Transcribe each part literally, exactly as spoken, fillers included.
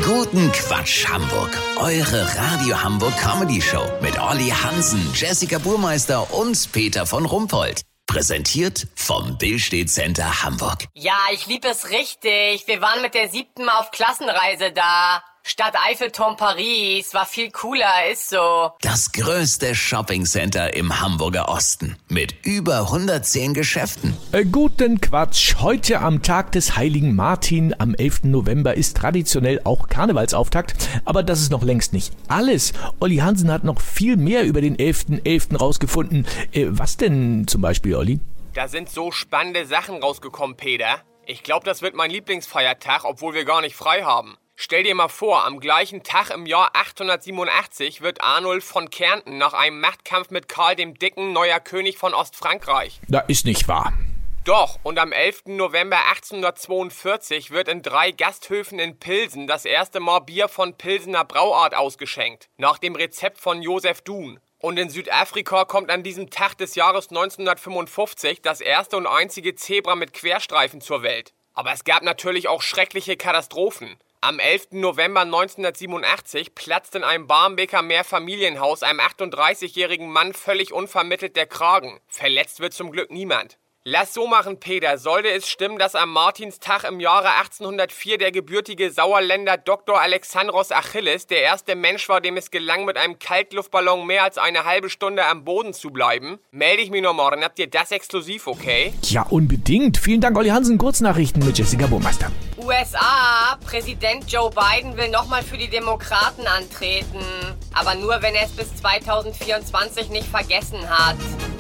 Guten Quatsch Hamburg, eure Radio Hamburg Comedy Show mit Olli Hansen, Jessica Burmeister und Peter von Rumpold. Präsentiert vom Billstedt Center Hamburg. Ja, ich lieb es richtig. Wir waren mit der siebten Mal auf Klassenreise da. Stadt Eiffelturm Paris, war viel cooler, ist so. Das größte Shoppingcenter im Hamburger Osten mit über hundertzehn Geschäften. Äh, guten Quatsch. Heute am Tag des Heiligen Martin am elften November ist traditionell auch Karnevalsauftakt. Aber das ist noch längst nicht alles. Olli Hansen hat noch viel mehr über den elften elften rausgefunden. Äh, was denn zum Beispiel, Olli? Da sind so spannende Sachen rausgekommen, Peter. Ich glaube, das wird mein Lieblingsfeiertag, obwohl wir gar nicht frei haben. Stell dir mal vor, am gleichen Tag im Jahr achthundertsiebenundachtzig wird Arnulf von Kärnten nach einem Machtkampf mit Karl dem Dicken neuer König von Ostfrankreich. Da ist nicht wahr. Doch, und am elften November achtzehnhundertzweiundvierzig wird in drei Gasthöfen in Pilsen das erste Mal Bier von Pilsener Brauart ausgeschenkt, nach dem Rezept von Josef Duhn. Und in Südafrika kommt an diesem Tag des Jahres neunzehnhundertfünfundfünfzig das erste und einzige Zebra mit Querstreifen zur Welt. Aber es gab natürlich auch schreckliche Katastrophen. Am elften November neunzehnhundertsiebenundachtzig platzt in einem Barmbeker Mehrfamilienhaus einem achtunddreißigjährigen Mann völlig unvermittelt der Kragen. Verletzt wird zum Glück niemand. Lass so machen, Peter. Sollte es stimmen, dass am Martinstag im Jahre achtzehnhundertvier der gebürtige Sauerländer Doktor Alexandros Achilles der erste Mensch war, dem es gelang, mit einem Kaltluftballon mehr als eine halbe Stunde am Boden zu bleiben, melde ich mich noch morgen. Habt ihr das exklusiv, okay? Ja, unbedingt. Vielen Dank, Olli Hansen. Kurznachrichten mit Jessica Burmeister. U S A, Präsident Joe Biden will nochmal für die Demokraten antreten. Aber nur, wenn er es bis zweitausendvierundzwanzig nicht vergessen hat.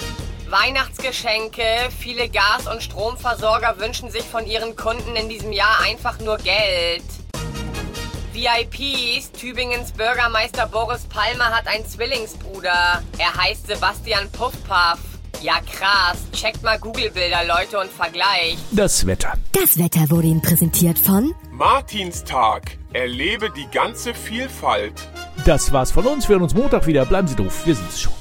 Weihnachtsgeschenke, viele Gas- und Stromversorger wünschen sich von ihren Kunden in diesem Jahr einfach nur Geld. V I Ps, Tübingens Bürgermeister Boris Palmer hat einen Zwillingsbruder. Er heißt Sebastian Puffpaff. Ja krass, checkt mal Google-Bilder, Leute, und vergleicht. Das Wetter. Das Wetter wurde Ihnen präsentiert von Martinstag. Erlebe die ganze Vielfalt. Das war's von uns. Wir hören uns Montag wieder. Bleiben Sie doof. Wir sind's schon.